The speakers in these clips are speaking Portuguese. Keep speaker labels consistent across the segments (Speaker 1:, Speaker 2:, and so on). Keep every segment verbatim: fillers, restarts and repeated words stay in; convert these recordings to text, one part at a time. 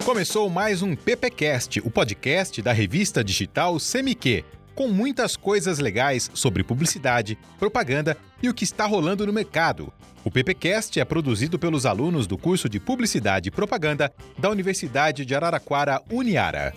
Speaker 1: Começou mais um PPcast, o podcast da revista digital Semiquê, com muitas coisas legais sobre publicidade, propaganda e o que está rolando no mercado. O PPcast é produzido pelos alunos do curso de Publicidade e Propaganda da Universidade de Araraquara, Uniara.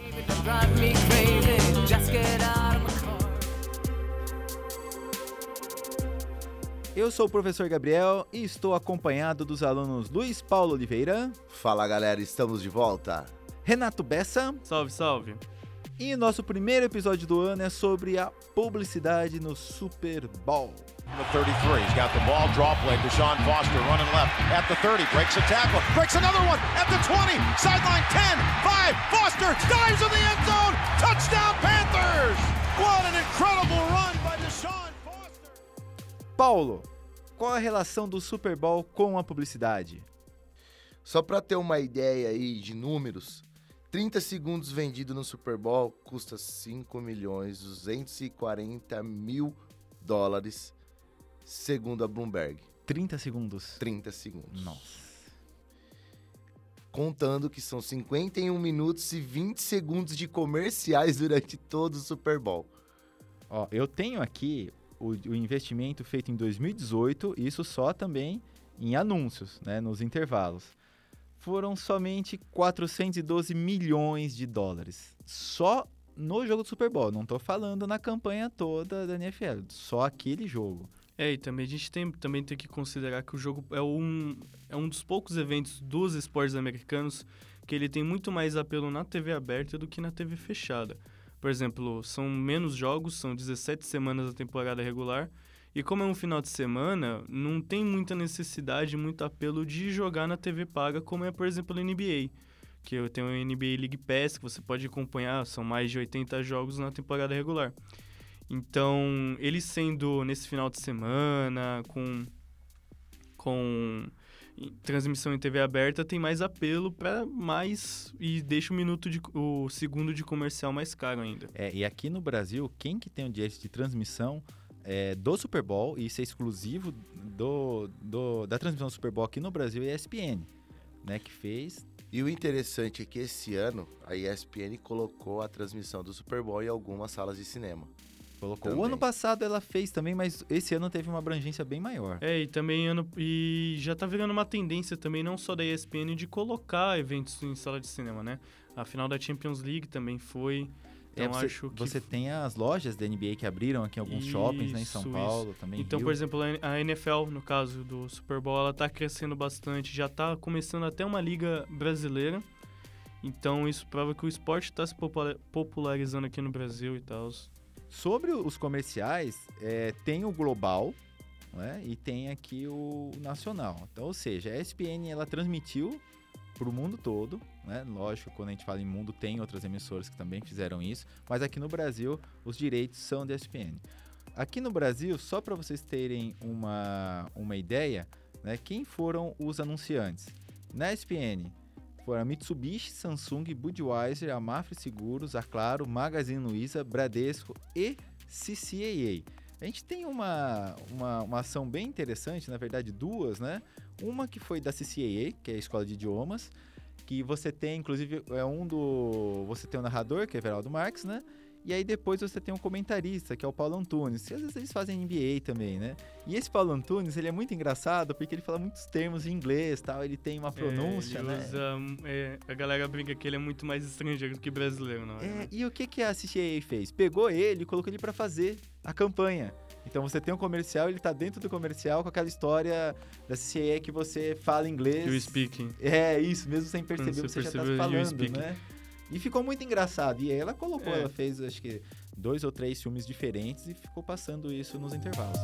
Speaker 2: Eu sou o professor Gabriel e estou acompanhado dos alunos Luiz Paulo Oliveira.
Speaker 3: Fala galera, estamos de volta.
Speaker 2: Renato Bessa.
Speaker 4: Salve, salve.
Speaker 2: E nosso primeiro episódio do ano é sobre a publicidade no Super Bowl.
Speaker 5: The thirty-three, he's got the ball, draw play, Deshaun Foster running left at the thirty, breaks a tackle, breaks another one at the twenty, sideline ten, five, Foster dives in the end zone, touchdown Panthers! What an incredible run by Deshaun Foster!
Speaker 2: Paulo, qual a relação do Super Bowl com a publicidade?
Speaker 3: Só para ter uma ideia aí de números, trinta segundos vendido no Super Bowl custa cinco milhões duzentos e quarenta mil dólares, segundo a Bloomberg.
Speaker 2: trinta segundos?
Speaker 3: trinta segundos.
Speaker 2: Nossa.
Speaker 3: Contando que são cinquenta e um minutos e vinte segundos de comerciais durante todo o Super Bowl.
Speaker 2: Ó, eu tenho aqui o, o investimento feito em dois mil e dezoito, isso só também em anúncios, né, nos intervalos. Foram somente quatrocentos e doze milhões de dólares. Só no jogo do Super Bowl. Não estou falando na campanha toda da N F L. Só aquele jogo.
Speaker 4: É, e também a gente tem, também tem que considerar que o jogo é um, é um dos poucos eventos dos esportes americanos que ele tem muito mais apelo na T V aberta do que na T V fechada. Por exemplo, são menos jogos, são dezessete semanas da temporada regular. E como é um final de semana, não tem muita necessidade, muito apelo de jogar na T V paga, como é, por exemplo, a N B A. Que eu tenho o N B A League Pass, que você pode acompanhar, são mais de oitenta jogos na temporada regular. Então, ele sendo nesse final de semana, com, com transmissão em T V aberta, tem mais apelo para mais e deixa o minuto de, o segundo de comercial mais caro ainda.
Speaker 2: É, e aqui no Brasil, quem que tem o direito de transmissão é, do Super Bowl, e isso é exclusivo do, do, da transmissão do Super Bowl aqui no Brasil, é a E S P N, né, que fez.
Speaker 3: E o interessante é que esse ano a E S P N colocou a transmissão do Super Bowl em algumas salas de cinema.
Speaker 2: Colocou.
Speaker 3: Também.
Speaker 2: O ano passado ela fez também, mas esse ano teve uma abrangência bem maior.
Speaker 4: É, e também ano, e já tá virando uma tendência também, não só da E S P N, de colocar eventos em sala de cinema, né? A final da Champions League também foi. Então,
Speaker 2: é, você,
Speaker 4: acho que...
Speaker 2: você tem as lojas da N B A que abriram aqui em alguns
Speaker 4: isso,
Speaker 2: shoppings, né, em São Paulo,
Speaker 4: isso.
Speaker 2: também
Speaker 4: Então,
Speaker 2: Rio.
Speaker 4: por exemplo, a N F L, no caso do Super Bowl, ela tá crescendo bastante, já tá começando até uma liga brasileira. Então, isso prova que o esporte tá se popularizando aqui no Brasil e tal.
Speaker 2: Sobre os comerciais, é, tem o global, né, e tem aqui o nacional. Então, ou seja, a E S P N ela transmitiu para o mundo todo, né? Lógico, quando a gente fala em mundo, tem outras emissoras que também fizeram isso, mas aqui no Brasil, os direitos são da E S P N. Aqui no Brasil, só para vocês terem uma, uma ideia, né, quem foram os anunciantes? Na E S P N, foram a Mitsubishi, Samsung, Budweiser, a Mafra Seguros, a Claro, Magazine Luiza, Bradesco e C C A A. A gente tem uma, uma, uma ação bem interessante, na verdade duas, né? Uma que foi da C C A A, que é a Escola de Idiomas, que você tem, inclusive, é um do... Você tem o narrador, que é Everaldo Marques, né? E aí depois você tem um comentarista, que é o Paulo Antunes, e às vezes eles fazem N B A também, né? E esse Paulo Antunes, ele é muito engraçado, porque ele fala muitos termos em inglês, tal, ele tem uma pronúncia,
Speaker 4: é, ele
Speaker 2: né?
Speaker 4: Usa, é, a galera brinca que ele é muito mais estrangeiro do que brasileiro, não é?
Speaker 2: É,
Speaker 4: Né?
Speaker 2: e o que, que a C C A A fez? Pegou ele e colocou ele pra fazer a campanha. Então você tem um comercial, ele tá dentro do comercial com aquela história da C C A A que você fala inglês.
Speaker 4: You speaking.
Speaker 2: É, isso, mesmo sem perceber,
Speaker 4: Quando
Speaker 2: você,
Speaker 4: você
Speaker 2: já tá
Speaker 4: percebeu, you
Speaker 2: falando,
Speaker 4: speaking.
Speaker 2: né? E ficou muito engraçado. E aí ela colocou,
Speaker 4: É.
Speaker 2: ela fez acho que dois ou três filmes diferentes e ficou passando isso nos intervalos.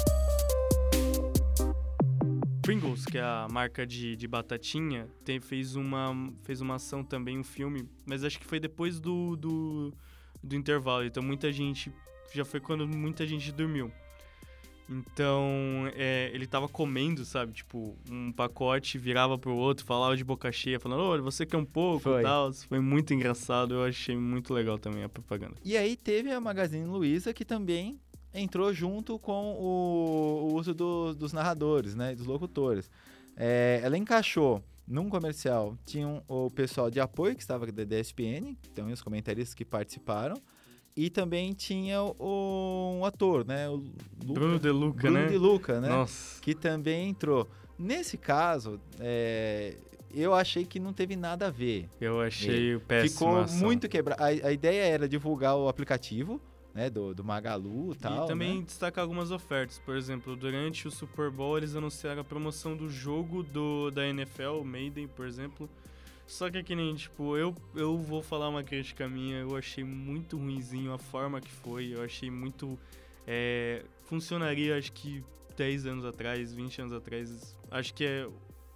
Speaker 4: Pringles, que é a marca de, de batatinha, tem, fez, uma, fez uma ação também, um filme, mas acho que foi depois do, do, do intervalo. Então muita gente, já foi quando muita gente dormiu. Então, é, ele tava comendo, sabe? Tipo, um pacote, virava pro outro, falava de boca cheia, falando, olha, você quer um pouco e tal. Foi muito engraçado, eu achei muito legal também a propaganda.
Speaker 2: E aí teve a Magazine Luiza, que também entrou junto com o, o uso do, dos narradores, né? Dos locutores. É, ela encaixou num comercial, tinha um, o pessoal de apoio que estava da E S P N, então os comentaristas que participaram, e também tinha o, um ator, né? O Luca,
Speaker 4: Bruno De Luca,
Speaker 2: Bruno
Speaker 4: né?
Speaker 2: De Luca, né?
Speaker 4: Nossa.
Speaker 2: Que também entrou. Nesse caso, é, eu achei que não teve nada a ver.
Speaker 4: Eu achei péssimo.
Speaker 2: Ficou
Speaker 4: a ação.
Speaker 2: muito quebrado. A, a ideia era divulgar o aplicativo, né, do, do Magalu e tal,
Speaker 4: E também
Speaker 2: né?
Speaker 4: destacar algumas ofertas. Por exemplo, durante o Super Bowl, eles anunciaram a promoção do jogo do, da N F L, Maiden, por exemplo. Só que é que nem, tipo, eu, eu vou falar uma crítica minha, eu achei muito ruinzinho a forma que foi, eu achei muito... É, funcionaria, acho que dez anos atrás, vinte anos atrás, acho que é...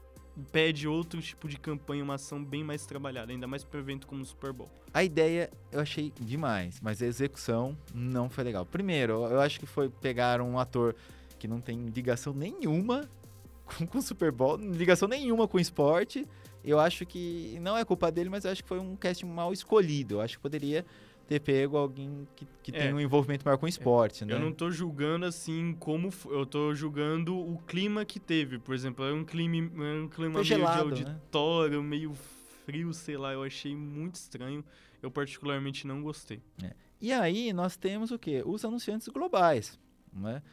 Speaker 4: pede outro tipo de campanha, uma ação bem mais trabalhada, ainda mais para um evento como o Super Bowl.
Speaker 2: A ideia eu achei demais, mas a execução não foi legal. Primeiro, eu acho que foi pegar um ator que não tem ligação nenhuma com, com o Super Bowl, ligação nenhuma com o esporte. Eu acho que não é culpa dele, mas eu acho que foi um casting mal escolhido. Eu acho que poderia ter pego alguém que, que
Speaker 4: É.
Speaker 2: tem um envolvimento maior com o esporte, né?
Speaker 4: Eu não tô julgando assim como... f- Eu tô julgando o clima que teve. Por exemplo, é um clima, é um clima
Speaker 2: Foi
Speaker 4: meio
Speaker 2: gelado,
Speaker 4: de
Speaker 2: né?
Speaker 4: auditório, meio frio, sei lá. Eu achei muito estranho. Eu particularmente não gostei.
Speaker 2: E aí nós temos o quê? Os anunciantes globais, né?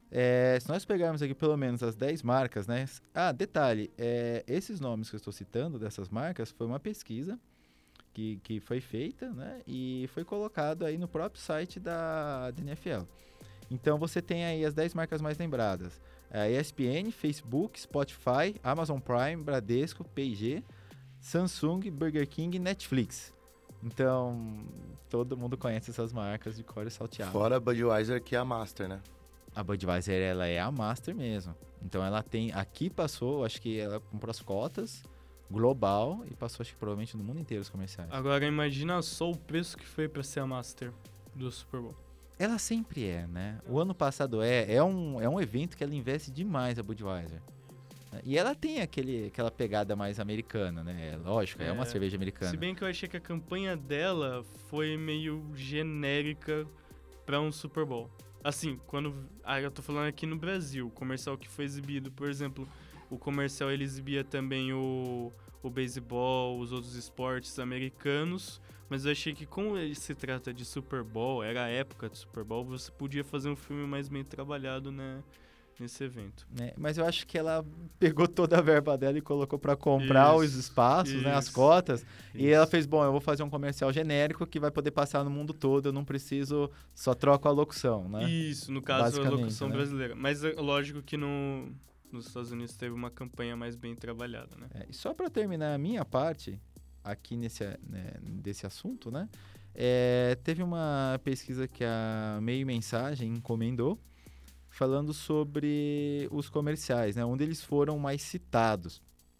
Speaker 2: É, se nós pegarmos aqui pelo menos as dez marcas, né? Ah, detalhe, é, esses nomes que eu estou citando dessas marcas foi uma pesquisa que, que foi feita, né? E foi colocado aí no próprio site da, da N F L. Então você tem aí as dez marcas mais lembradas. A E S P N, Facebook, Spotify, Amazon Prime, Bradesco, P e G, Samsung, Burger King e Netflix. Então, todo mundo conhece essas marcas de cor e salteado.
Speaker 3: Fora a Budweiser, que é a Master, né?
Speaker 2: A Budweiser, ela é a Master mesmo. Então, ela tem... Aqui passou, acho que ela comprou as cotas global e passou, acho que provavelmente no mundo inteiro os comerciais.
Speaker 4: Agora, imagina só o preço que foi pra ser a Master do Super Bowl.
Speaker 2: Ela sempre é, né? O ano passado é. É um, é um evento que ela investe demais, a Budweiser. E ela tem aquele, aquela pegada mais americana, né? Lógico, é, uma
Speaker 4: É,
Speaker 2: cerveja americana.
Speaker 4: Se bem que eu achei que a campanha dela foi meio genérica pra um Super Bowl. Assim, quando... Ah, eu tô falando aqui no Brasil. O comercial que foi exibido, por exemplo, o comercial ele exibia também o, o beisebol, os outros esportes americanos. Mas eu achei que como ele se trata de Super Bowl, era a época de Super Bowl, você podia fazer um filme mais bem trabalhado, né, nesse evento.
Speaker 2: Né? Mas eu acho que ela pegou toda a verba dela e colocou para comprar
Speaker 4: Isso,
Speaker 2: os espaços, né, as
Speaker 4: isso,
Speaker 2: cotas. E
Speaker 4: isso.
Speaker 2: ela fez, bom, eu vou fazer um comercial genérico que vai poder passar no mundo todo, eu não preciso, só troco a locução, né?
Speaker 4: Isso, no caso, a
Speaker 2: Basicamente,
Speaker 4: locução
Speaker 2: né?
Speaker 4: brasileira. Mas é lógico que no, nos Estados Unidos teve uma campanha mais bem trabalhada, né?
Speaker 2: É, e só para terminar a minha parte aqui nesse, né, desse assunto, né? É, teve uma pesquisa que a Meio Mensagem encomendou falando sobre os comerciais, né? Onde eles foram mais citados.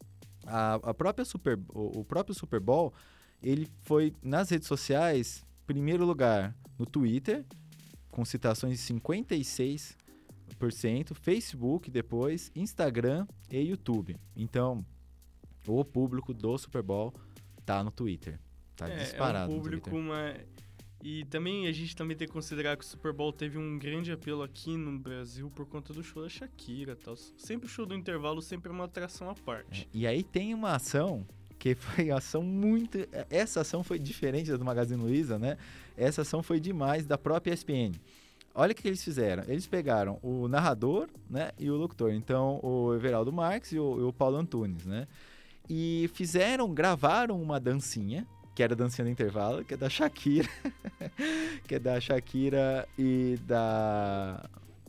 Speaker 2: A, a própria Super, o, o próprio Super Bowl, ele foi nas redes sociais, primeiro lugar no Twitter, com citações de cinquenta e seis por cento, Facebook depois, Instagram e YouTube. Então, o público do Super Bowl tá no Twitter. Tá
Speaker 4: é,
Speaker 2: disparado
Speaker 4: é um
Speaker 2: no
Speaker 4: público,
Speaker 2: Twitter.
Speaker 4: uma... E também a gente também tem que considerar que o Super Bowl teve um grande apelo aqui no Brasil por conta do show da Shakira e tal. Sempre o show do intervalo, sempre é uma atração à parte.
Speaker 2: E aí tem uma ação que foi ação muito... Essa ação foi diferente da do Magazine Luiza, né? Essa ação foi demais da própria E S P N. Olha o que eles fizeram. Eles pegaram o narrador, né, e o locutor. Então, o Everaldo Marques e o, e o Paulo Antunes, né? E fizeram, gravaram uma dancinha, que era a dancinha do intervalo, que é da Shakira. que é da Shakira e da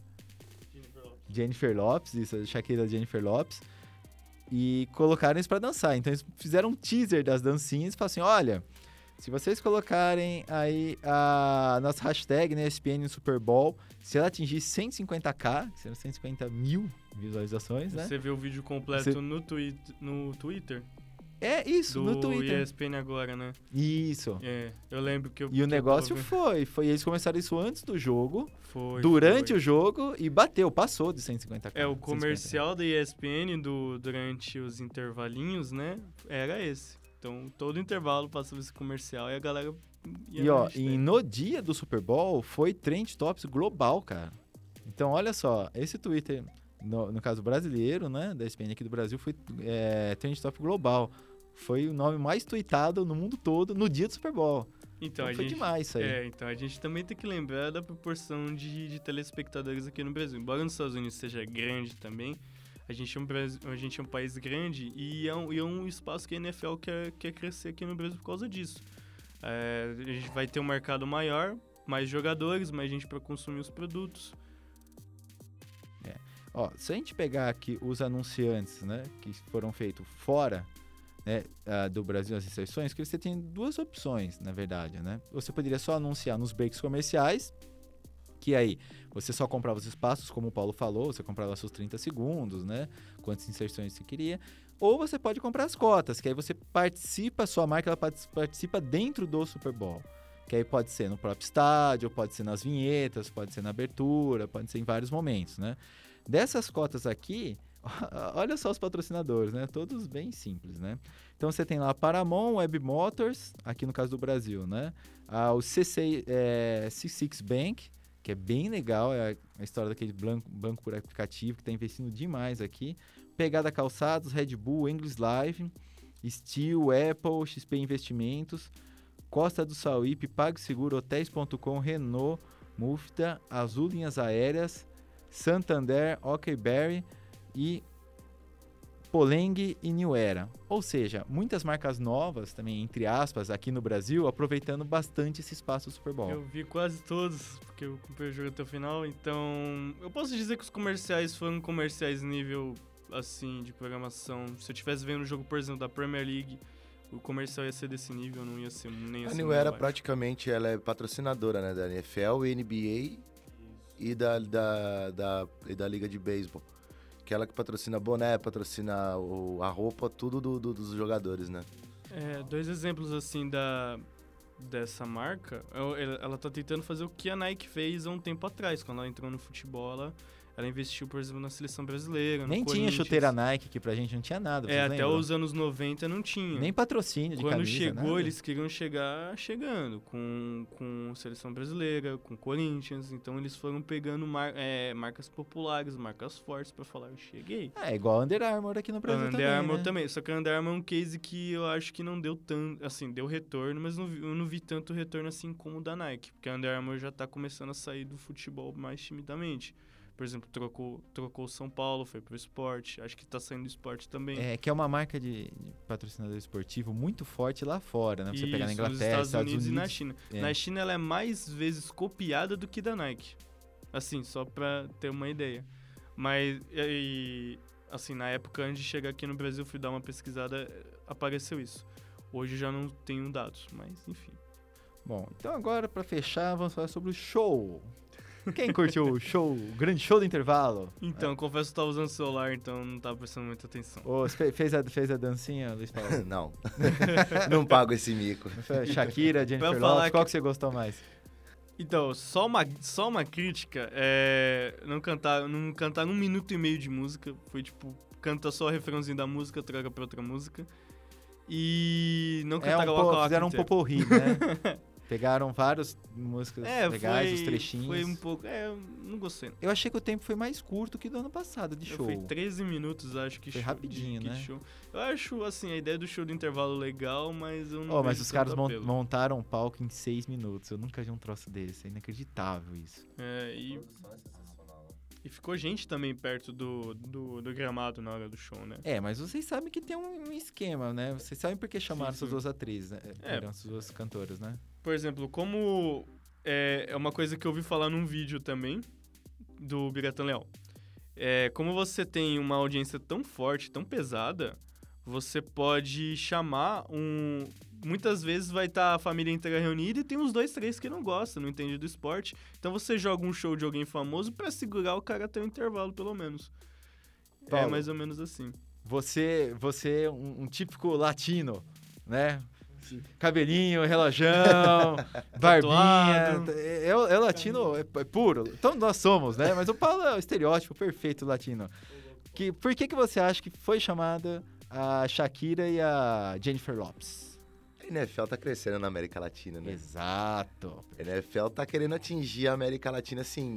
Speaker 2: Jennifer Lopez, isso, a Shakira e Jennifer Lopez. E colocaram isso pra dançar. Então, eles fizeram um teaser das dancinhas e falaram assim, olha... Se vocês colocarem aí a nossa hashtag, né, E S P N no Super Bowl, se ela atingir cento e cinquenta k, que serão cento e cinquenta mil visualizações, né?
Speaker 4: Você vê o vídeo completo
Speaker 2: Você-
Speaker 4: no, twi no Twitter
Speaker 2: É isso,
Speaker 4: do
Speaker 2: no Twitter.
Speaker 4: E S P N agora, né?
Speaker 2: Isso.
Speaker 4: É, eu lembro que eu...
Speaker 2: E o
Speaker 4: que
Speaker 2: negócio
Speaker 4: eu tava
Speaker 2: foi, foi, eles começaram isso antes do jogo,
Speaker 4: vendo. Foi,
Speaker 2: durante
Speaker 4: foi.
Speaker 2: o jogo, e bateu, passou de cento e cinquenta k.
Speaker 4: É, o comercial da E S P N do, durante os intervalinhos, né? Era esse. Então, todo intervalo passava esse comercial e a galera ia
Speaker 2: E
Speaker 4: na
Speaker 2: ó,
Speaker 4: hashtag.
Speaker 2: e no dia do Super Bowl foi Trend Topics global, cara. Então, olha só, esse Twitter no, no caso brasileiro, né, da E S P N aqui do Brasil, foi é, Trend Top Global. Foi o nome mais tweetado no mundo todo no dia do Super Bowl.
Speaker 4: Então,
Speaker 2: então
Speaker 4: a
Speaker 2: foi
Speaker 4: gente,
Speaker 2: demais isso aí.
Speaker 4: É, então a gente também tem que lembrar da proporção de, de telespectadores aqui no Brasil. Embora nos Estados Unidos seja grande também, a gente é um, Brasil, a gente é um país grande e é um, e é um espaço que a N F L quer, quer crescer aqui no Brasil por causa disso. É, a gente vai ter um mercado maior, mais jogadores, mais gente para consumir os produtos.
Speaker 2: É. Ó, se a gente pegar aqui os anunciantes, né, que foram feitos fora, né, uh, do Brasil, as inserções, que você tem duas opções, na verdade, né? Você poderia só anunciar nos breaks comerciais, que aí você só comprava os espaços, como o Paulo falou, você comprava seus trinta segundos, né? Quantas inserções você queria. Ou você pode comprar as cotas, que aí você participa, a sua marca ela participa dentro do Super Bowl. Que aí pode ser no próprio estádio, pode ser nas vinhetas, pode ser na abertura, pode ser em vários momentos, né? Dessas cotas aqui, olha só os patrocinadores, né? Todos bem simples, né? Então você tem lá a Paramount, Web Motors, aqui no caso do Brasil, né? Ah, o C C, é, C seis Bank, que é bem legal, é a história daquele banco, banco por aplicativo que está investindo demais aqui. Pegada Calçados, Red Bull, English Live, Steel, Apple, X P Investimentos, Costa do Sauípe, PagSeguro, Hotéis ponto com, Renault, Mufta, Azul Linhas Aéreas, Santander, Okberry e Poleng e New Era. Ou seja, muitas marcas novas também, entre aspas, aqui no Brasil, aproveitando bastante esse espaço do Super Bowl.
Speaker 4: Eu vi quase todos, porque eu comprei o jogo até o final, então eu posso dizer que os comerciais foram comerciais nível, assim, de programação. Se eu estivesse vendo o jogo, por exemplo, da Premier League, o comercial ia ser desse nível, não ia ser nem assim.
Speaker 3: A New Era praticamente ela é patrocinadora, né, da N F L, N B A e da, da, da, e da Liga de Beisebol. Que ela que patrocina boné, patrocina o, a roupa, tudo do, do, dos jogadores, né?
Speaker 4: É, dois exemplos, assim, da, dessa marca. Ela, ela tá tentando fazer o que a Nike fez há um tempo atrás. Quando ela entrou no futebol, ela, ela investiu, por exemplo, na seleção brasileira,
Speaker 2: Nem
Speaker 4: no
Speaker 2: tinha chuteira Nike, que pra gente não tinha nada.
Speaker 4: É, até
Speaker 2: lembram?
Speaker 4: os anos noventa não tinha.
Speaker 2: Nem patrocínio de
Speaker 4: Quando
Speaker 2: camisa,
Speaker 4: chegou,
Speaker 2: nada.
Speaker 4: eles queriam chegar chegando com, com seleção brasileira, com Corinthians. Então eles foram pegando mar, é, marcas populares, marcas fortes pra falar, eu cheguei.
Speaker 2: É, igual a Under Armour aqui no Brasil
Speaker 4: a
Speaker 2: também,
Speaker 4: Under Armour
Speaker 2: né?
Speaker 4: também. Só que a Under Armour é um case que eu acho que não deu tanto, assim, deu retorno, mas não vi, eu não vi tanto retorno assim como o da Nike. Porque a Under Armour já tá começando a sair do futebol mais timidamente. Por exemplo, trocou, trocou o São Paulo, foi pro esporte. Acho que tá saindo do esporte também.
Speaker 2: É, que é uma marca de, de patrocinador esportivo muito forte lá fora, né? Pra você
Speaker 4: Isso,
Speaker 2: pegar na Inglaterra,
Speaker 4: nos Estados,
Speaker 2: Estados
Speaker 4: Unidos,
Speaker 2: Unidos
Speaker 4: e na China.
Speaker 2: É.
Speaker 4: Na China ela é mais vezes copiada do que da Nike. Assim, só pra ter uma ideia. Mas, e, assim, na época, antes de chegar aqui no Brasil, fui dar uma pesquisada, apareceu isso. Hoje já não tenho dados, mas enfim.
Speaker 2: Bom, então agora pra fechar, vamos falar sobre o show. Quem curtiu o show, o grande show do intervalo?
Speaker 4: Então, é. confesso que eu tava usando o celular, então não tava prestando muita atenção.
Speaker 2: Ô, você fez a, fez a dancinha, Luiz Paulo?
Speaker 3: Não. Não pago esse mico.
Speaker 2: Shakira, Jennifer Lopez, qual que... que você gostou mais?
Speaker 4: Então, só uma, só uma crítica, é, não cantar, não cantar um minuto e meio de música, foi tipo, canta só o refrãozinho da música, troca pra outra música, e não cantar
Speaker 2: é um
Speaker 4: o Waka Waka
Speaker 2: fizeram um
Speaker 4: inteiro.
Speaker 2: poporri, né? Pegaram várias músicas
Speaker 4: é,
Speaker 2: legais,
Speaker 4: foi,
Speaker 2: os trechinhos.
Speaker 4: Foi um pouco, é, eu não gostei.
Speaker 2: Eu achei que o tempo foi mais curto que do ano passado de show.
Speaker 4: Foi treze minutos, acho que
Speaker 2: foi
Speaker 4: show.
Speaker 2: rapidinho,
Speaker 4: de,
Speaker 2: né?
Speaker 4: show. Eu acho, assim, a ideia do show do intervalo legal, mas eu não
Speaker 2: Oh, mas
Speaker 4: vejo
Speaker 2: os caras
Speaker 4: tanto apelo.
Speaker 2: montaram um palco em seis minutos. Eu nunca vi um troço desse. É inacreditável isso.
Speaker 4: É, e... E ficou gente também perto do, do, do gramado na hora do show, né?
Speaker 2: É, mas vocês sabem que tem um esquema, né? Vocês sabem por que chamaram
Speaker 4: Sim,
Speaker 2: essas
Speaker 4: sim.
Speaker 2: duas atrizes, né?
Speaker 4: É.
Speaker 2: Eram essas duas cantoras, né?
Speaker 4: Por exemplo, como é, é uma coisa que eu ouvi falar num vídeo também do Biratan Leal. É, como você tem uma audiência tão forte, tão pesada, você pode chamar um... Muitas vezes vai estar a família inteira reunida e tem uns dois, três que não gostam, não entendem do esporte. Então você joga um show de alguém famoso pra segurar o cara até o intervalo, pelo menos.
Speaker 2: Paulo,
Speaker 4: é mais ou menos assim.
Speaker 2: Você, você um, um típico latino, né? Cabelinho, relojão, barbinha. É, é, é latino, é, é puro. Então nós somos, né? Mas o Paulo é o estereótipo perfeito latino. Que, por que, que você acha que foi chamada a Shakira e a Jennifer Lopez?
Speaker 3: A N F L tá crescendo na América Latina, né?
Speaker 2: Exato.
Speaker 3: A N F L tá querendo atingir a América Latina, assim,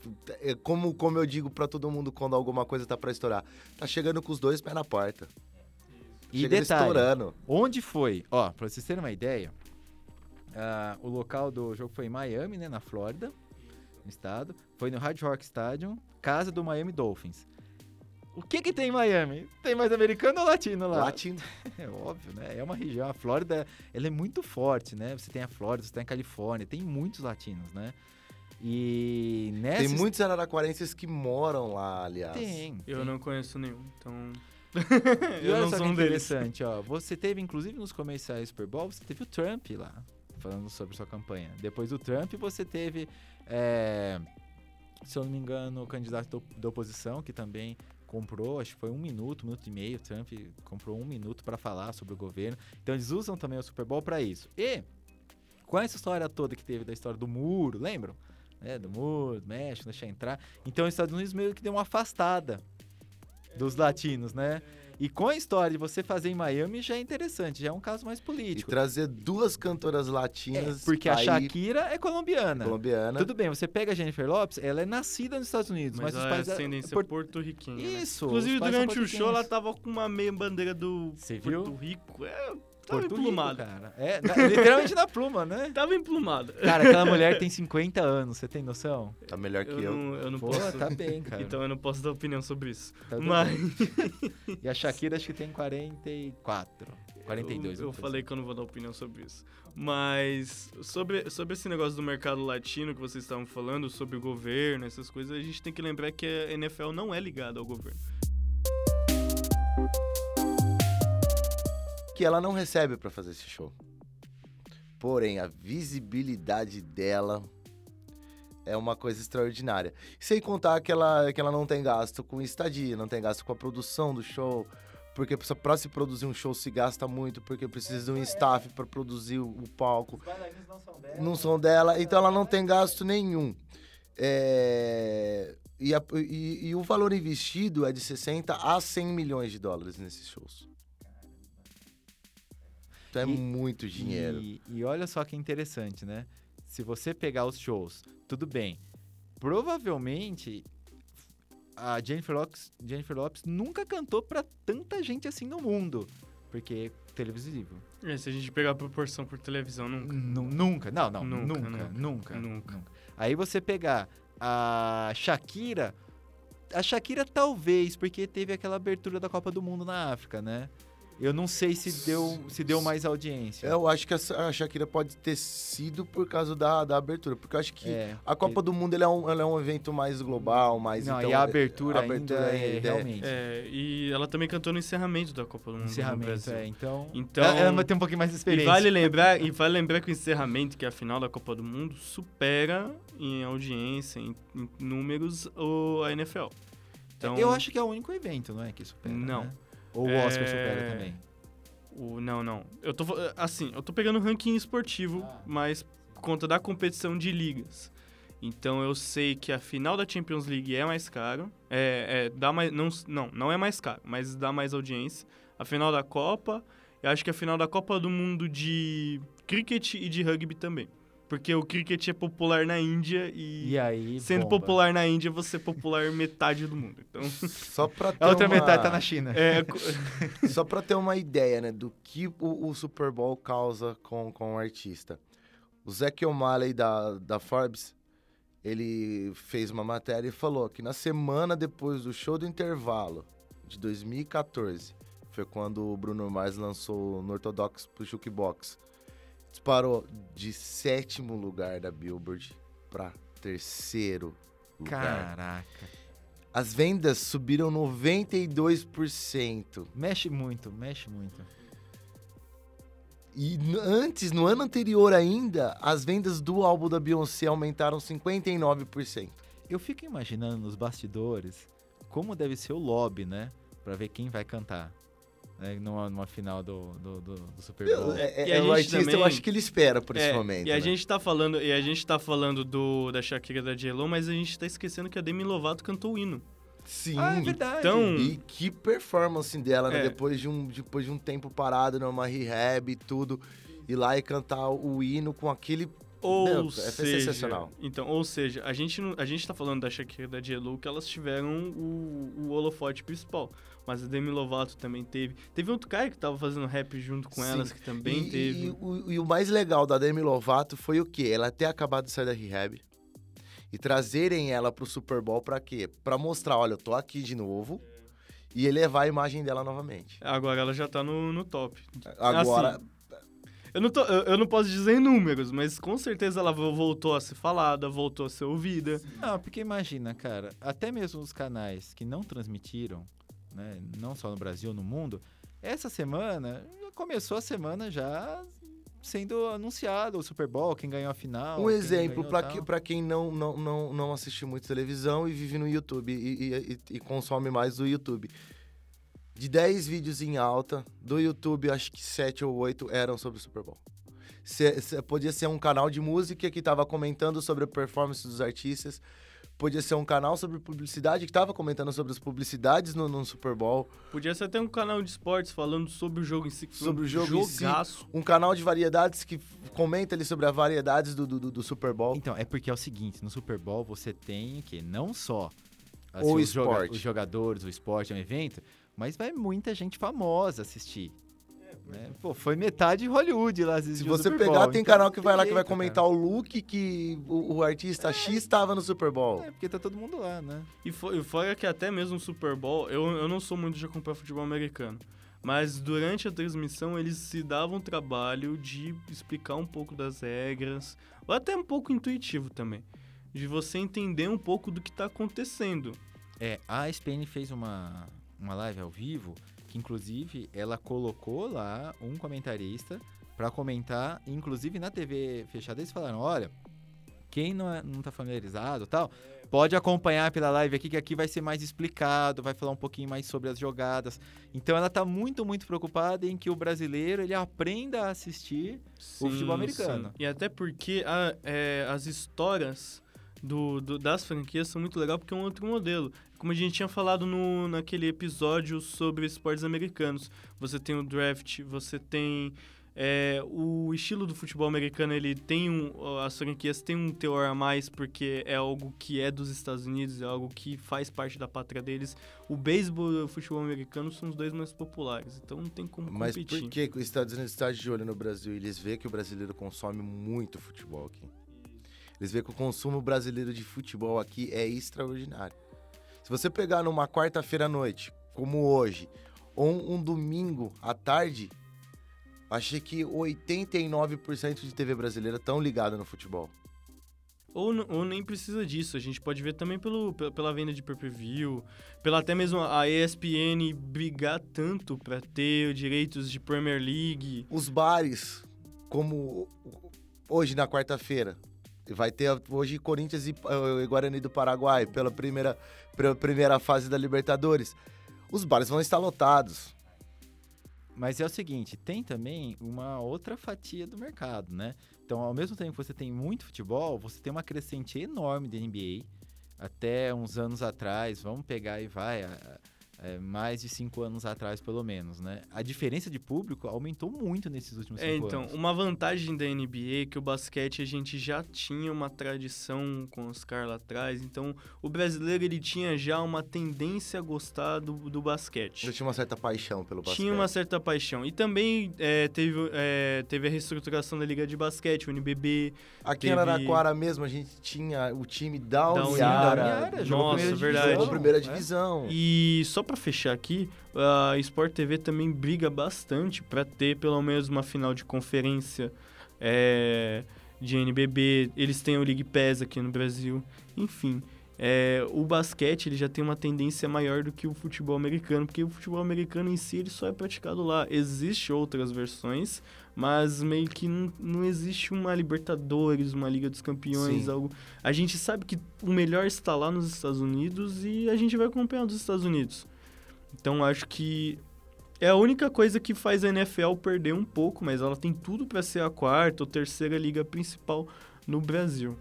Speaker 3: é como, como eu digo pra todo mundo quando alguma coisa tá pra estourar. Tá chegando com os dois pés na porta.
Speaker 2: E
Speaker 3: Chega
Speaker 2: detalhe,
Speaker 3: estourando.
Speaker 2: onde foi? Ó, pra vocês terem uma ideia, uh, o local do jogo foi em Miami, né, na Flórida, no estado. Foi no Hard Rock Stadium, casa do Miami Dolphins. O que que tem em Miami? Tem mais americano ou latino lá?
Speaker 3: Latino.
Speaker 2: É óbvio, né? É uma região, a Flórida, ela é muito forte, né? Você tem a Flórida, você tem a Califórnia, tem muitos latinos, né? E nessa...
Speaker 3: Tem muitos araraquarenses que moram lá, aliás.
Speaker 2: Tem.
Speaker 4: Eu
Speaker 2: tem.
Speaker 4: não conheço nenhum, então...
Speaker 2: E
Speaker 4: eu
Speaker 2: olha
Speaker 4: não
Speaker 2: só
Speaker 4: sou
Speaker 2: que
Speaker 4: um deles.
Speaker 2: interessante, ó. Você teve, inclusive, nos comerciais Super Bowl, você teve o Trump lá, falando sobre sua campanha. Depois do Trump, você teve, é, se eu não me engano, o candidato do, da oposição, que também comprou, acho que foi um minuto, um minuto e meio, o Trump comprou um minuto para falar sobre o governo. Então, eles usam também o Super Bowl para isso. E, com essa história toda que teve da história do muro, lembram? É, do muro, do México, deixar entrar. Então, os Estados Unidos meio que deu uma afastada dos latinos, né? E com a história de você fazer em Miami já é interessante, já é um caso mais
Speaker 3: E
Speaker 2: político.
Speaker 3: trazer duas cantoras
Speaker 2: É,
Speaker 3: latinas.
Speaker 2: porque a
Speaker 3: aí,
Speaker 2: Shakira é colombiana.
Speaker 3: colombiana.
Speaker 2: Tudo bem, você pega a Jennifer Lopez, ela é nascida nos Estados Unidos,
Speaker 4: Mas,
Speaker 2: mas, os
Speaker 4: ela
Speaker 2: pais
Speaker 4: é
Speaker 2: dela-
Speaker 4: ascendência
Speaker 2: por-
Speaker 4: porto-riquenha, né?
Speaker 2: Isso.
Speaker 4: Inclusive,
Speaker 2: os pais são
Speaker 4: durante o show, ela
Speaker 2: porto-riquenhos.
Speaker 4: tava com uma meia bandeira do
Speaker 2: Você viu?
Speaker 4: Porto Rico. É, tava
Speaker 2: Porto Rico,
Speaker 4: emplumada.
Speaker 2: cara. É, na- literalmente na pluma, né?
Speaker 4: Tava emplumada.
Speaker 2: Cara, aquela mulher tem cinquenta anos, você tem noção?
Speaker 3: Tá melhor que
Speaker 4: Eu
Speaker 3: eu.
Speaker 4: não, eu não
Speaker 2: Pô,
Speaker 4: posso...
Speaker 2: tá bem, cara.
Speaker 4: Então eu não posso dar opinião sobre isso.
Speaker 2: Tá tudo
Speaker 4: Mas
Speaker 2: bem. E a Shakira acho que tem quarenta e quatro, quarenta e dois.
Speaker 4: eu, eu
Speaker 2: uma coisa
Speaker 4: falei
Speaker 2: assim.
Speaker 4: que eu não vou dar opinião sobre isso. Mas sobre, sobre esse negócio do mercado latino que vocês estavam falando, sobre o governo, essas coisas, a gente tem que lembrar que a N F L não é ligada ao governo.
Speaker 3: Que ela não recebe pra fazer esse show. Porém, a visibilidade dela é uma coisa extraordinária. Sem contar que ela, que ela não tem gasto com estadia, não tem gasto com a produção do show, porque pra se produzir um show se gasta muito, porque precisa de um staff pra produzir o, o palco.
Speaker 2: Os bailarinos não são dela.
Speaker 3: Não são dela, então ela não tem gasto nenhum. É, E, a- e- e o valor investido é de sessenta a cem milhões de dólares nesses shows. Então é
Speaker 2: E-
Speaker 3: muito dinheiro.
Speaker 2: E, e olha só que interessante, né? Se você pegar os shows, tudo bem. Provavelmente a Jennifer Lopez, Jennifer Lopez nunca cantou pra tanta gente assim no mundo, porque é televisivo.
Speaker 4: É, se a gente pegar a proporção por televisão, nunca.
Speaker 2: Nu- Nunca, não, não,
Speaker 4: Nunca,
Speaker 2: nunca,
Speaker 4: nunca,
Speaker 2: nunca,
Speaker 4: nunca.
Speaker 2: nunca. Aí você pegar a Shakira, a Shakira talvez, porque teve aquela abertura da Copa do Mundo na África, né? Eu não sei se deu, se deu mais audiência.
Speaker 3: Eu acho que a a Shakira pode ter sido por causa da, da abertura, porque eu acho que
Speaker 2: É,
Speaker 3: a Copa do Mundo ele é, um, ela é um evento mais global, mais...
Speaker 2: Não,
Speaker 3: então,
Speaker 2: e a abertura,
Speaker 3: a abertura
Speaker 2: ainda é,
Speaker 3: ainda é-
Speaker 2: realmente.
Speaker 4: É, e ela também cantou no encerramento da Copa do Mundo no
Speaker 2: Encerramento,
Speaker 4: Brasil.
Speaker 2: é. Então,
Speaker 4: Então-
Speaker 2: ela, ela vai ter um pouquinho mais de
Speaker 4: E
Speaker 2: experiência.
Speaker 4: vale lembrar, e vale lembrar que o encerramento, que é a final da Copa do Mundo, supera em audiência, em, em números, o, a N F L. Então,
Speaker 2: Eu acho que é o único evento, não é, que supera,
Speaker 4: Não.
Speaker 2: né? Ou o
Speaker 4: É,
Speaker 2: Oscar supera também.
Speaker 4: O, não, não. Eu tô, fa- assim, eu tô pegando ranking esportivo,
Speaker 2: Ah.
Speaker 4: mas por conta da competição de ligas. Então eu sei que a final da Champions League é mais caro. É, é, dá mais, não, não, não é mais caro, mas dá mais audiência. A final da Copa, eu acho que a final da Copa do Mundo de cricket e de rugby também. Porque o cricket é popular na Índia e,
Speaker 2: E aí,
Speaker 4: sendo
Speaker 2: bomba.
Speaker 4: popular na Índia, você é popular metade do mundo. Então,
Speaker 3: Só pra ter
Speaker 2: A outra
Speaker 3: uma...
Speaker 2: metade tá na China.
Speaker 4: é, co-
Speaker 3: Só pra ter uma ideia, né, do que o, o Super Bowl causa com, com o artista. O Zac O'Malley da, da Forbes, ele fez uma matéria e falou que na semana depois do show do intervalo de dois mil e quatorze, foi quando o Bruno Mars lançou no Orthodox pro Jukebox, disparou de sétimo lugar da Billboard pra terceiro lugar.
Speaker 2: Caraca.
Speaker 3: As vendas subiram noventa e dois por cento.
Speaker 2: Mexe muito, mexe muito.
Speaker 3: E n- antes, no ano anterior ainda, as vendas do álbum da Beyoncé aumentaram cinquenta e nove por cento.
Speaker 2: Eu fico imaginando nos bastidores como deve ser o lobby, né? Pra ver quem vai cantar. Né? Numa, numa final do, do, do, do Super Bowl.
Speaker 3: É, é,
Speaker 4: E a
Speaker 3: é, o
Speaker 4: gente
Speaker 3: artista,
Speaker 4: também-
Speaker 3: eu acho que ele espera por esse
Speaker 4: É,
Speaker 3: momento.
Speaker 4: E a
Speaker 3: né?
Speaker 4: gente tá falando, e a gente tá falando do, da Shakira e da J-Lo, mas a gente tá esquecendo que a Demi Lovato cantou o hino.
Speaker 3: Sim.
Speaker 2: Ah, é verdade.
Speaker 4: Então,
Speaker 3: E que performance dela, né?
Speaker 4: É.
Speaker 3: Depois, de um, depois de um tempo parado numa rehab e tudo. Ir lá e cantar o hino com aquele
Speaker 4: Ou
Speaker 3: Não, é
Speaker 4: seja,
Speaker 3: sensacional.
Speaker 4: Então, ou seja, a gente, não- a gente tá falando da Shakira e da J-Lo que elas tiveram o, o holofote principal. Mas a Demi Lovato também teve. Teve outro cara que tava fazendo rap junto com
Speaker 3: Sim.
Speaker 4: elas, que também
Speaker 3: e,
Speaker 4: teve.
Speaker 3: E, o, e o mais legal da Demi Lovato foi o quê? Ela ter acabado de sair da rehab e trazerem ela pro Super Bowl pra quê? Pra mostrar, olha, eu tô aqui de novo e elevar a imagem dela novamente.
Speaker 4: Agora ela já tá no, no top.
Speaker 3: Agora...
Speaker 4: Assim, eu, não tô, eu, eu não posso dizer em números, mas com certeza ela vo- voltou a ser falada, voltou a ser ouvida.
Speaker 2: Não, porque imagina, cara, até mesmo os canais que não transmitiram, né, não só no Brasil, no mundo, essa semana, começou a semana já sendo anunciado o Super Bowl, quem ganhou a final.
Speaker 3: Um
Speaker 2: quem
Speaker 3: exemplo,
Speaker 2: ganhou
Speaker 3: pra,
Speaker 2: tal.
Speaker 3: que, pra quem não, não, não, não assiste muito televisão e vive no YouTube e, e, e, e consome mais do YouTube. De dez vídeos em alta, do YouTube, acho que sete ou oito eram sobre o Super Bowl. Cê, cê, podia ser um canal de música que estava comentando sobre a performance dos artistas. Podia ser um canal sobre publicidade que estava comentando sobre as publicidades no, no Super Bowl.
Speaker 4: Podia ser até um canal de esportes falando sobre o jogo em si. que foi
Speaker 3: Sobre
Speaker 4: um
Speaker 3: o jogo em si.
Speaker 4: jogaço.
Speaker 3: Um canal de variedades que f- comenta ali sobre as variedades do, do, do Super Bowl.
Speaker 2: Então, é porque é o seguinte, no Super Bowl você tem que não só assim,
Speaker 3: O
Speaker 2: os, joga-
Speaker 3: esporte.
Speaker 2: os jogadores, o esporte é um evento, mas vai muita gente famosa assistir. Né? Pô, foi metade de Hollywood lá assistir
Speaker 3: Se
Speaker 2: o
Speaker 3: você
Speaker 2: Super
Speaker 3: pegar,
Speaker 2: Bowl,
Speaker 3: tem
Speaker 2: então
Speaker 3: canal
Speaker 2: não
Speaker 3: que
Speaker 2: tem
Speaker 3: vai lá que vai
Speaker 2: jeito,
Speaker 3: comentar o look que o, o artista X estava no Super Bowl.
Speaker 2: cara. É, porque tá todo mundo lá, né?
Speaker 4: E fo- e fora que até mesmo o Super Bowl, eu, eu não sou muito de acompanhar futebol americano, mas durante a transmissão eles se davam o trabalho de explicar um pouco das regras, ou até um pouco intuitivo também, de você entender um pouco do que está acontecendo.
Speaker 2: É, a S P N fez uma, uma live ao vivo, que inclusive ela colocou lá um comentarista pra comentar, inclusive na T V fechada eles falaram, olha, quem não, é, não tá familiarizado e tal, pode acompanhar pela live aqui, que aqui vai ser mais explicado, vai falar um pouquinho mais sobre as jogadas. Então ela tá muito, muito preocupada em que o brasileiro, ele aprenda a assistir o futebol americano.
Speaker 4: sim. E até porque a- é, as histórias do, do- das franquias são muito legais porque é um outro modelo. Como a gente tinha falado no, naquele episódio sobre esportes americanos. Você tem o draft, você tem... é, o estilo do futebol americano, ele tem um... As franquias têm um teor a mais porque é algo que é dos Estados Unidos, é algo que faz parte da pátria deles. O beisebol e o futebol americano são os dois mais populares, então não tem como
Speaker 3: Mas
Speaker 4: competir.
Speaker 3: por que que os Estados Unidos estão de olho no Brasil? Eles veem que o brasileiro consome muito futebol aqui. Eles veem que o consumo brasileiro de futebol aqui é extraordinário. Se você pegar numa quarta-feira à noite, como hoje, ou um, um domingo à tarde, achei que oitenta e nove por cento de T V brasileira estão ligadas no futebol.
Speaker 4: Ou, n- ou nem precisa disso, a gente pode ver também pelo, pe- pela venda de pay-per-view, pela até mesmo a E S P N brigar tanto para ter direitos de Premier League.
Speaker 3: Os bares, como hoje na quarta-feira, vai ter hoje Corinthians e, eh, e Guarani do Paraguai pela primeira, pela primeira fase da Libertadores. Os bares vão estar lotados.
Speaker 2: Mas é o seguinte, tem também uma outra fatia do mercado, né? Então, ao mesmo tempo que você tem muito futebol, você tem uma crescente enorme da N B A. Até uns anos atrás, vamos pegar e vai, a- é, mais de cinco anos atrás, pelo menos, né? A diferença de público aumentou muito nesses últimos
Speaker 4: É,
Speaker 2: cinco
Speaker 4: então,
Speaker 2: anos.
Speaker 4: uma vantagem da N B A é que o basquete a gente já tinha uma tradição com os caras lá atrás, então o brasileiro ele tinha já uma tendência a gostar do, do basquete.
Speaker 3: Eu tinha uma certa paixão pelo basquete.
Speaker 4: Tinha uma certa paixão. E também é, teve, é, teve a reestruturação da Liga de Basquete, o N B B.
Speaker 3: Aqui
Speaker 4: teve-
Speaker 3: em Araraquara mesmo, a gente tinha o time da
Speaker 4: Da
Speaker 3: Uniara.
Speaker 2: Uniara, jogou
Speaker 4: Nossa,
Speaker 2: primeira
Speaker 4: verdade.
Speaker 2: divisão.
Speaker 3: Jogou primeira
Speaker 2: É.
Speaker 3: divisão.
Speaker 4: E só pra fechar aqui, a Sport T V também briga bastante pra ter pelo menos uma final de conferência é, de N B B. Eles têm o League Pass aqui no Brasil. Enfim, é, o basquete ele já tem uma tendência maior do que o futebol americano, porque o futebol americano em si ele só é praticado lá. Existem outras versões, mas meio que não, não existe uma Libertadores, uma Liga dos Campeões,
Speaker 3: Sim.
Speaker 4: algo... A gente sabe que o melhor está lá nos Estados Unidos e a gente vai acompanhar dos Estados Unidos. Então acho que é a única coisa que faz a N F L perder um pouco, mas ela tem tudo para ser a quarta ou terceira liga principal no Brasil.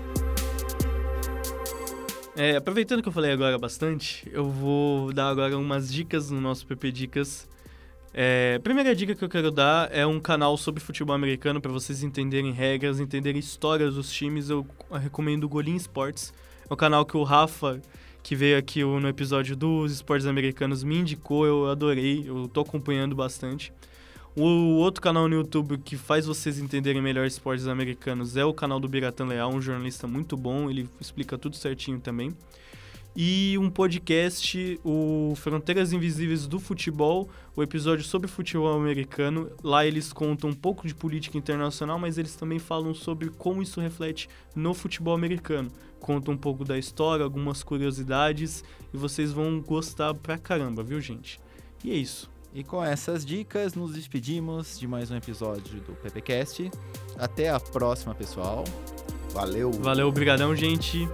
Speaker 4: É, aproveitando que eu falei agora bastante, eu vou dar agora umas dicas no nosso P P Dicas É, a primeira dica que eu quero dar é um canal sobre futebol americano para vocês entenderem regras, entenderem histórias dos times. Eu recomendo o Golim Sports. É um canal que o Rafa, que veio aqui no episódio dos esportes americanos, me indicou. Eu adorei, eu tô acompanhando bastante. O outro canal no YouTube que faz vocês entenderem melhor esportes americanos é o canal do Biratan Leal, um jornalista muito bom, ele explica tudo certinho também. E um podcast, o Fronteiras Invisíveis do Futebol, o episódio sobre futebol americano. Lá eles contam um pouco de política internacional, mas eles também falam sobre como isso reflete no futebol americano. Contam um pouco da história, algumas curiosidades, e vocês vão gostar pra caramba, viu, gente? E é isso.
Speaker 2: E com essas dicas, nos despedimos de mais um episódio do PPcast. Até a próxima, pessoal.
Speaker 3: Valeu.
Speaker 4: Valeu, obrigadão, gente.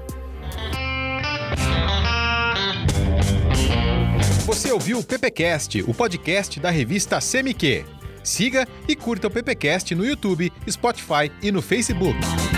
Speaker 1: Você ouviu o PPcast, o podcast da revista C M Q. Siga e curta o PPcast no YouTube, Spotify e no Facebook.